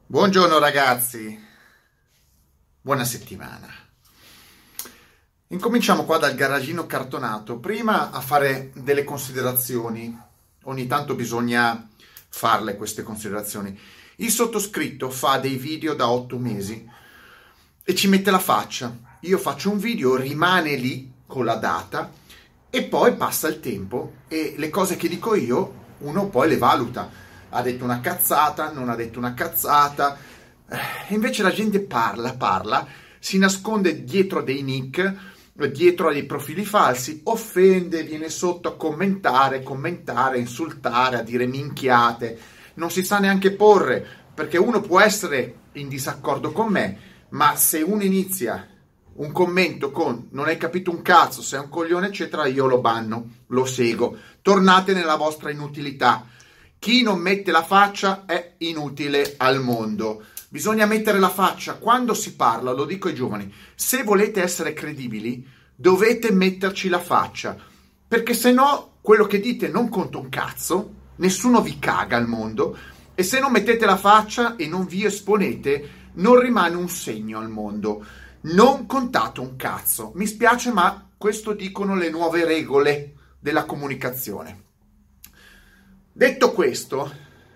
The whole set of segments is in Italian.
Buongiorno ragazzi, buona settimana. Incominciamo qua dal garagino cartonato. Prima a fare delle considerazioni. Ogni tanto bisogna farle queste considerazioni. Il sottoscritto fa dei video da 8 mesi e ci mette la faccia. Io faccio un video, rimane lì con la data e poi passa il tempo e le cose che dico io uno poi le valuta. Ha detto una cazzata, non ha detto una cazzata. Invece la gente parla, si nasconde dietro dei nick, dietro a dei profili falsi, offende, viene sotto a commentare, insultare, a dire minchiate. Non si sa neanche porre, perché uno può essere in disaccordo con me, ma se uno inizia un commento con non hai capito un cazzo, sei un coglione, eccetera, io lo banno, lo seguo. Tornate nella vostra inutilità. Chi non mette la faccia è inutile al mondo. Bisogna mettere la faccia quando si parla, lo dico ai giovani. Se volete essere credibili, dovete metterci la faccia, perché se no quello che dite non conta un cazzo, nessuno vi caga al mondo, e se non mettete la faccia e non vi esponete, non rimane un segno al mondo. Non contate un cazzo. Mi spiace, ma questo dicono le nuove regole della comunicazione. Detto questo,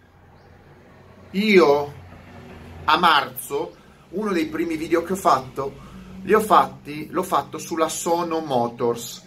io a marzo, uno dei primi video che ho fatto, l'ho fatto sulla Sono Motors,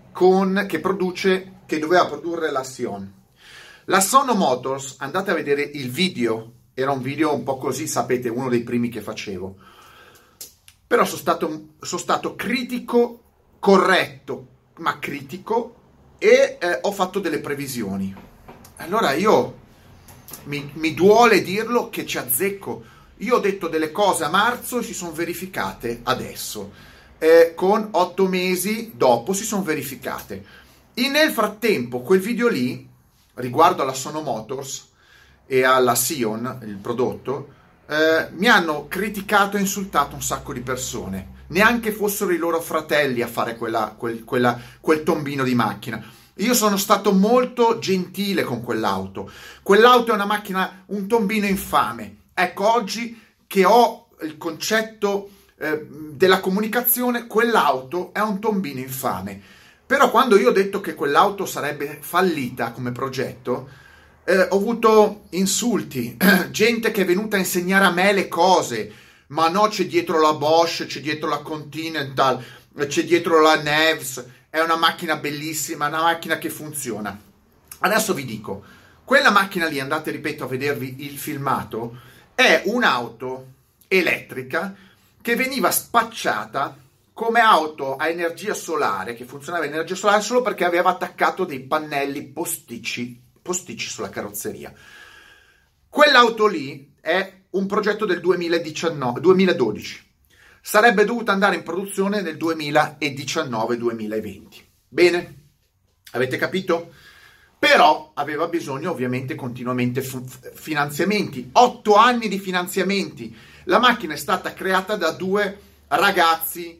che doveva produrre la Sion. La Sono Motors, andate a vedere il video, era un video un po' così, sapete, uno dei primi che facevo. Però sono stato critico, corretto, ma critico, e ho fatto delle previsioni. Allora io mi duole dirlo che ci azzecco. Io ho detto delle cose a marzo e si sono verificate adesso. Con 8 mesi dopo si sono verificate. E nel frattempo quel video lì, riguardo alla Sono Motors e alla Sion, il prodotto, mi hanno criticato e insultato un sacco di persone. Neanche fossero i loro fratelli a fare quel tombino di macchina. Io sono stato molto gentile con quell'auto. Quell'auto è una macchina, un tombino infame. Ecco, oggi che ho il concetto della comunicazione, quell'auto è un tombino infame. Però quando io ho detto che quell'auto sarebbe fallita come progetto, ho avuto insulti, gente che è venuta a insegnare a me le cose. Ma no, c'è dietro la Bosch, c'è dietro la Continental, c'è dietro la Neves. È una macchina bellissima, una macchina che funziona. Adesso vi dico, quella macchina lì, andate, ripeto, a vedervi il filmato, è un'auto elettrica che veniva spacciata come auto a energia solare, che funzionava a energia solare solo perché aveva attaccato dei pannelli posticci sulla carrozzeria. Quell'auto lì è un progetto del 2012. Sarebbe dovuta andare in produzione nel 2019-2020. Bene? Avete capito? Però aveva bisogno ovviamente continuamente finanziamenti. 8 anni di finanziamenti. La macchina è stata creata da due ragazzi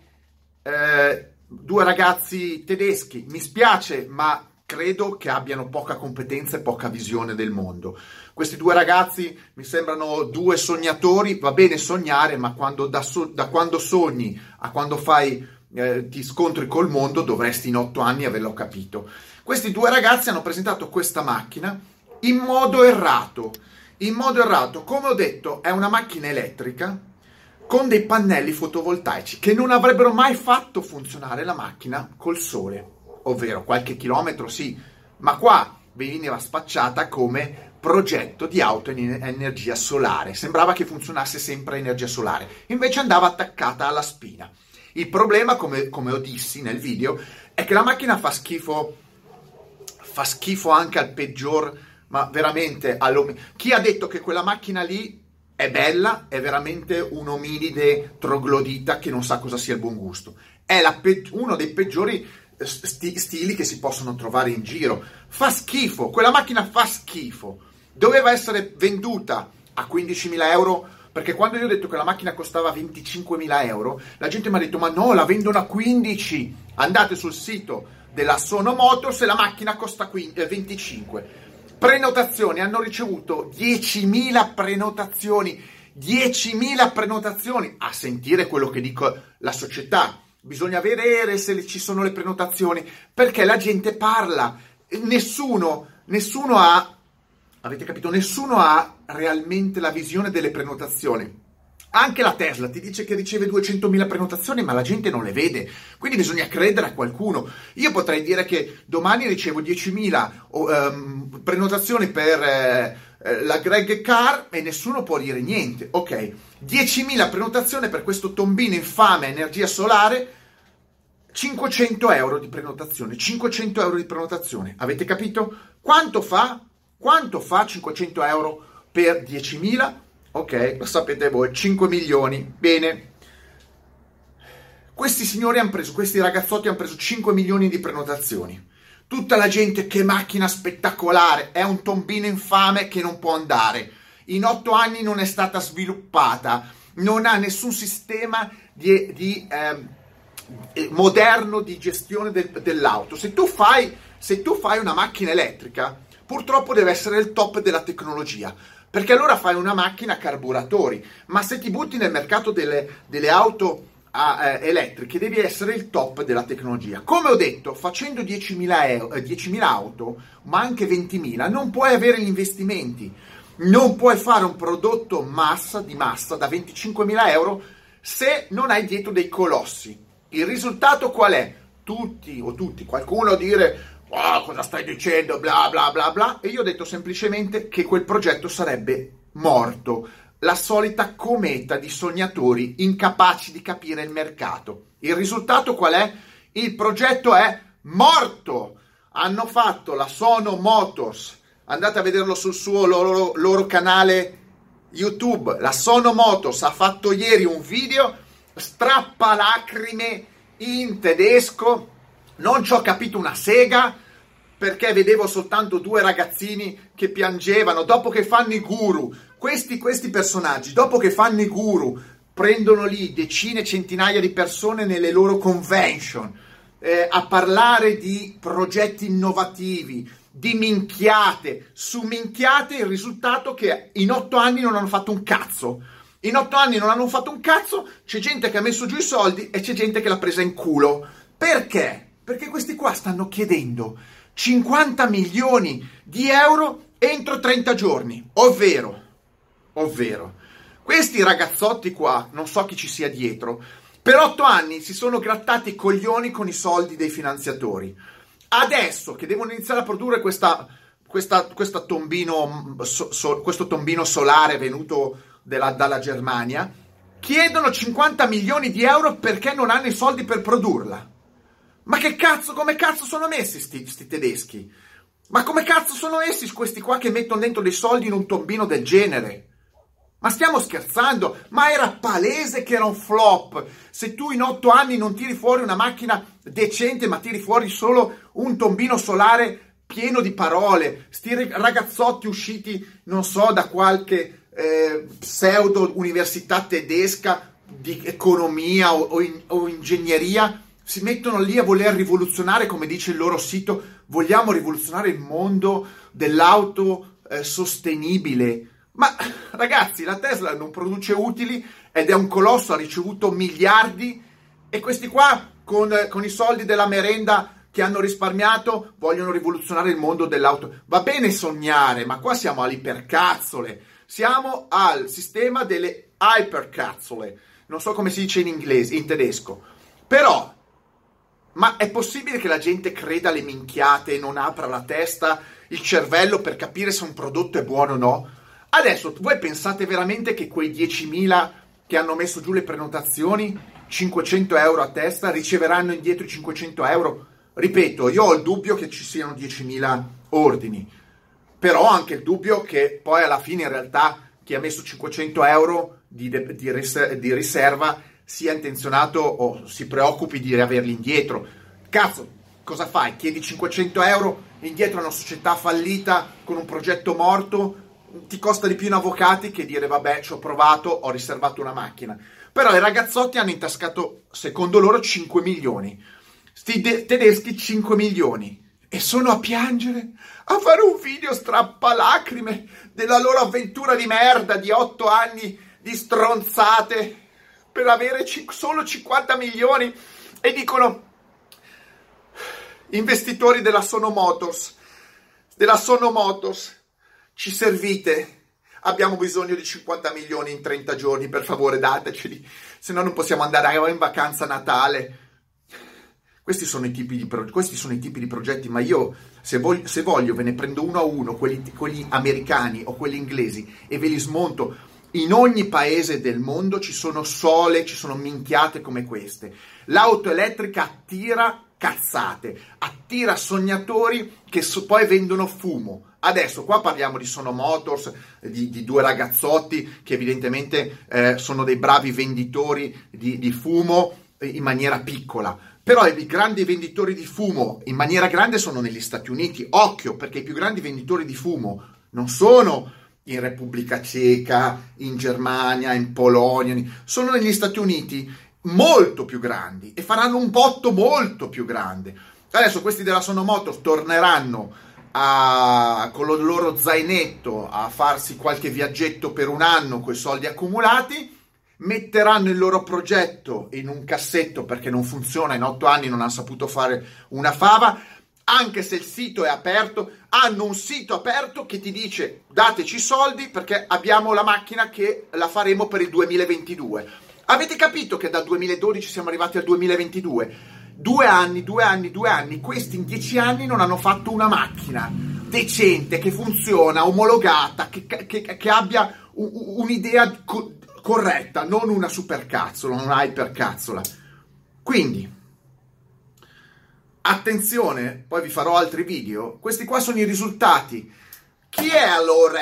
tedeschi. Mi spiace, ma credo che abbiano poca competenza e poca visione del mondo. Questi due ragazzi mi sembrano due sognatori. Va bene sognare, ma da quando sogni a quando ti scontri col mondo dovresti in 8 anni averlo capito. Questi due ragazzi hanno presentato questa macchina in modo errato. Come ho detto, è una macchina elettrica con dei pannelli fotovoltaici che non avrebbero mai fatto funzionare la macchina col sole. Ovvero qualche chilometro sì, ma qua veniva spacciata come progetto di auto in energia solare. Sembrava che funzionasse sempre a energia solare, invece andava attaccata alla spina. Il problema, come ho dissi nel video, è che la macchina fa schifo anche al peggior, ma veramente chi ha detto che quella macchina lì è bella è veramente un ominide troglodita che non sa cosa sia il buon gusto. È uno dei peggiori stili che si possono trovare in giro. Fa schifo, quella macchina fa schifo. Doveva essere venduta a 15.000 euro, perché quando io ho detto che la macchina costava 25.000 euro, la gente mi ha detto ma no, la vendono a 15. Andate sul sito della Sono Motors e la macchina costa 25. Prenotazioni, hanno ricevuto 10.000 prenotazioni. 10.000 prenotazioni, a sentire quello che dico la società. Bisogna vedere se ci sono le prenotazioni, perché la gente parla. Nessuno ha, avete capito? Nessuno ha realmente la visione delle prenotazioni. Anche la Tesla ti dice che riceve 200.000 prenotazioni, ma la gente non le vede. Quindi bisogna credere a qualcuno. Io potrei dire che domani ricevo 10.000 prenotazioni per la Greg Carr e nessuno può dire niente. Ok, 10.000 prenotazioni per questo tombino infame energia solare, 500 euro di prenotazione. 500 euro di prenotazione. Avete capito? Quanto fa? Quanto fa 500 euro per 10.000? Ok, lo sapete voi, 5 milioni. Bene. Questi signori questi ragazzotti hanno preso 5 milioni di prenotazioni. Tutta la gente, che macchina spettacolare, è un tombino infame che non può andare. In 8 anni non è stata sviluppata, non ha nessun sistema moderno di gestione dell'auto. Se tu fai una macchina elettrica, purtroppo deve essere il top della tecnologia, perché allora fai una macchina a carburatori, ma se ti butti nel mercato delle auto elettriche devi essere il top della tecnologia. Come ho detto, facendo 10.000 auto, ma anche 20.000, non puoi avere gli investimenti, non puoi fare un prodotto di massa da 25.000 euro se non hai dietro dei colossi. Il risultato qual è? Qualcuno dire "Oh, cosa stai dicendo, bla bla bla bla", e io ho detto semplicemente che quel progetto sarebbe morto. La solita cometa di sognatori incapaci di capire il mercato. Il risultato qual è? Il progetto è morto. Hanno fatto la Sono Motors, andate a vederlo sul suo loro canale YouTube. La Sono Motors ha fatto ieri un video strappalacrime in tedesco, non ci ho capito una sega, perché vedevo soltanto 2 ragazzini che piangevano dopo che fanno i guru. Questi personaggi, dopo che fanno i guru, prendono lì decine, centinaia di persone nelle loro convention a parlare di progetti innovativi, di minchiate su minchiate. Il risultato è che in 8 anni non hanno fatto un cazzo. In 8 anni non hanno fatto un cazzo, c'è gente che ha messo giù i soldi e c'è gente che l'ha presa in culo. Perché? Perché questi qua stanno chiedendo 50 milioni di euro entro 30 giorni, ovvero, questi ragazzotti qua, non so chi ci sia dietro, per 8 anni si sono grattati i coglioni con i soldi dei finanziatori. Adesso che devono iniziare a produrre questo tombino solare venuto dalla Germania, chiedono 50 milioni di euro perché non hanno i soldi per produrla. Ma che cazzo, come cazzo sono messi sti tedeschi? Ma come cazzo sono messi questi qua che mettono dentro dei soldi in un tombino del genere? Ma stiamo scherzando? Ma era palese che era un flop. Se tu in 8 anni non tiri fuori una macchina decente, ma tiri fuori solo un tombino solare pieno di parole, sti ragazzotti usciti, non so, da qualche pseudo università tedesca di economia o ingegneria, si mettono lì a voler rivoluzionare, come dice il loro sito, vogliamo rivoluzionare il mondo dell'auto sostenibile. Ma ragazzi, la Tesla non produce utili ed è un colosso, ha ricevuto miliardi, e questi qua con i soldi della merenda che hanno risparmiato vogliono rivoluzionare il mondo dell'auto. Va bene sognare, ma qua siamo all'ipercazzole, siamo al sistema delle ipercazzole, non so come si dice in inglese, in tedesco, però ma è possibile che la gente creda alle minchiate e non apra la testa, il cervello per capire se un prodotto è buono o no? Adesso, voi pensate veramente che quei 10.000 che hanno messo giù le prenotazioni, 500 euro a testa, riceveranno indietro i 500 euro? Ripeto, io ho il dubbio che ci siano 10.000 ordini, però ho anche il dubbio che poi alla fine in realtà chi ha messo 500 euro di riserva sia intenzionato o si preoccupi di averli indietro. Cazzo, cosa fai? Chiedi 500 euro indietro a una società fallita con un progetto morto? Ti costa di più in avvocati che dire vabbè, ci ho provato, ho riservato una macchina. Però i ragazzotti hanno intascato, secondo loro, 5 milioni. Sti tedeschi 5 milioni. E sono a piangere, a fare un video strappalacrime della loro avventura di merda di 8 anni di stronzate per avere solo 50 milioni e dicono: investitori della Sono Motors, ci servite? Abbiamo bisogno di 50 milioni in 30 giorni, per favore dateceli, se no non possiamo andare in vacanza a Natale. Questi sono i tipi di progetti, ma io se voglio ve ne prendo uno a uno, quelli americani o quelli inglesi, e ve li smonto. In ogni paese del mondo ci sono minchiate come queste. L'auto elettrica attira cazzate, attira sognatori che poi vendono fumo. Adesso qua parliamo di Sono Motors, di due ragazzotti che evidentemente sono dei bravi venditori di fumo in maniera piccola. Però i grandi venditori di fumo in maniera grande sono negli Stati Uniti. Occhio, perché i più grandi venditori di fumo non sono in Repubblica Ceca, in Germania, in Polonia, sono negli Stati Uniti, molto più grandi, e faranno un botto molto più grande. Adesso questi della Sono Motors torneranno con il loro zainetto a farsi qualche viaggetto per un anno con i soldi accumulati, metteranno il loro progetto in un cassetto perché non funziona, in 8 anni non hanno saputo fare una fava. Anche se il sito è aperto, hanno un sito aperto che ti dice: dateci soldi perché abbiamo la macchina che la faremo per il 2022. Avete capito che dal 2012 siamo arrivati al 2022? 2 anni, questi in 10 anni non hanno fatto una macchina decente, che funziona, omologata, che abbia un'idea corretta, non una supercazzola, una hypercazzola. Quindi attenzione, poi vi farò altri video. Questi qua sono i risultati. Chi è allora?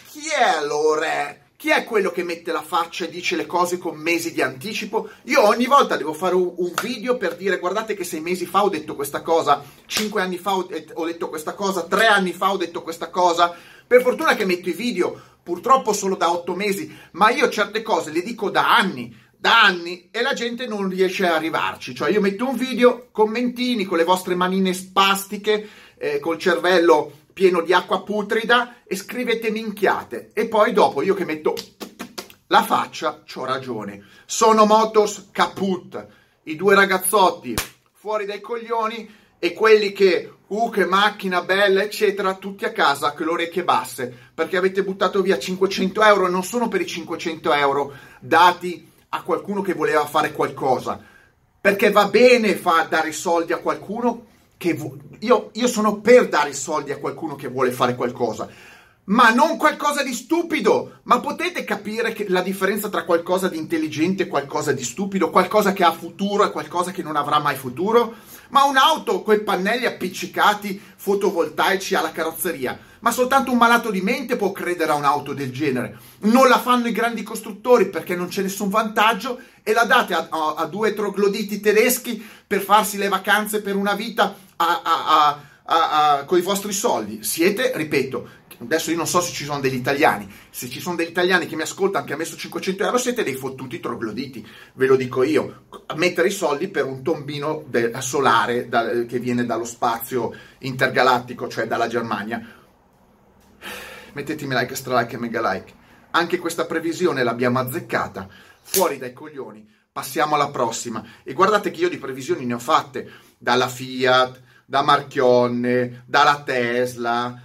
Chi è quello che mette la faccia e dice le cose con mesi di anticipo? Io ogni volta devo fare un video per dire: guardate che 6 mesi fa ho detto questa cosa, 5 anni fa ho detto questa cosa, 3 anni fa ho detto questa cosa. Per fortuna che metto i video, purtroppo solo da 8 mesi, ma io certe cose le dico da anni, e la gente non riesce ad arrivarci. Cioè io metto un video, commentini con le vostre manine spastiche, col cervello pieno di acqua putrida, e scrivete minchiate, e poi dopo io che metto la faccia c'ho ragione. Sono Motors caput, i due ragazzotti fuori dai coglioni, e quelli che macchina bella eccetera, tutti a casa con le orecchie basse perché avete buttato via 500 euro, e non sono per i 500 euro dati a qualcuno che voleva fare qualcosa, perché va bene dare i soldi a qualcuno che io sono per dare i soldi a qualcuno che vuole fare qualcosa, ma non qualcosa di stupido. Ma potete capire la differenza tra qualcosa di intelligente e qualcosa di stupido, qualcosa che ha futuro e qualcosa che non avrà mai futuro? Ma un'auto con i pannelli appiccicati fotovoltaici alla carrozzeria, ma soltanto un malato di mente può credere a un'auto del genere. Non la fanno i grandi costruttori perché non c'è nessun vantaggio, e la date a due trogloditi tedeschi per farsi le vacanze per una vita con i vostri soldi. Siete, ripeto, adesso io non so se ci sono degli italiani, se ci sono degli italiani che mi ascoltano che ha messo 500 euro, siete dei fottuti trogloditi, ve lo dico io. Mettere i soldi per un tombino solare che viene dallo spazio intergalattico, cioè dalla Germania. Mettetemi like, stralike e mega like. Anche questa previsione l'abbiamo azzeccata, fuori dai coglioni. Passiamo alla prossima, e guardate che io di previsioni ne ho fatte dalla Fiat, da Marchionne, dalla Tesla,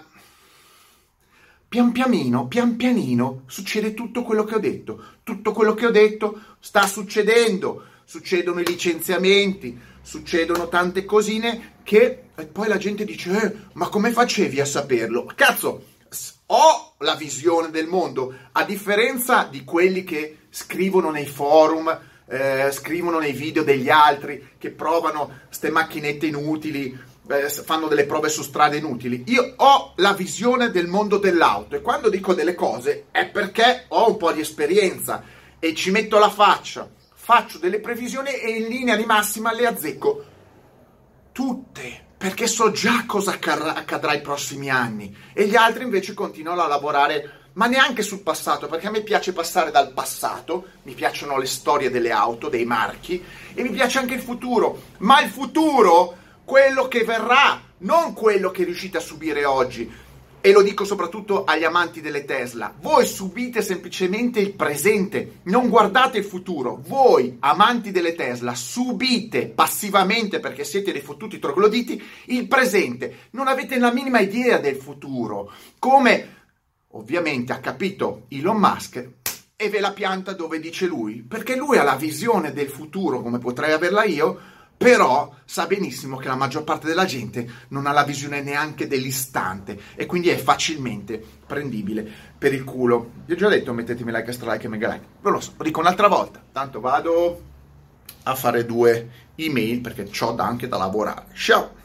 pian pianino succede tutto quello che ho detto, sta succedendo, succedono i licenziamenti, succedono tante cosine che poi la gente dice: ma come facevi a saperlo? Cazzo, ho la visione del mondo, a differenza di quelli che scrivono nei forum, scrivono nei video degli altri, che provano ste macchinette inutili, fanno delle prove su strade inutili. Io ho la visione del mondo dell'auto, e quando dico delle cose è perché ho un po' di esperienza e ci metto la faccia, faccio delle previsioni e in linea di massima le azzecco tutte, perché so già cosa accadrà i prossimi anni, e gli altri invece continuano a lavorare, ma neanche sul passato, perché a me piace passare dal passato, mi piacciono le storie delle auto, dei marchi, e mi piace anche il futuro, ma il futuro, quello che verrà, non quello che riuscite a subire oggi. E lo dico soprattutto agli amanti delle Tesla, voi subite semplicemente il presente, non guardate il futuro. Voi, amanti delle Tesla, subite passivamente, perché siete dei fottuti trogloditi, il presente. Non avete la minima idea del futuro. Come ovviamente ha capito Elon Musk, e ve la pianta dove dice lui, perché lui ha la visione del futuro come potrei averla io, però sa benissimo che la maggior parte della gente non ha la visione neanche dell'istante e quindi è facilmente prendibile per il culo. Vi ho già detto mettetemi like, strike e mega like, ve lo so, lo dico un'altra volta, tanto vado a fare 2 email perché c'ho anche da lavorare. Ciao!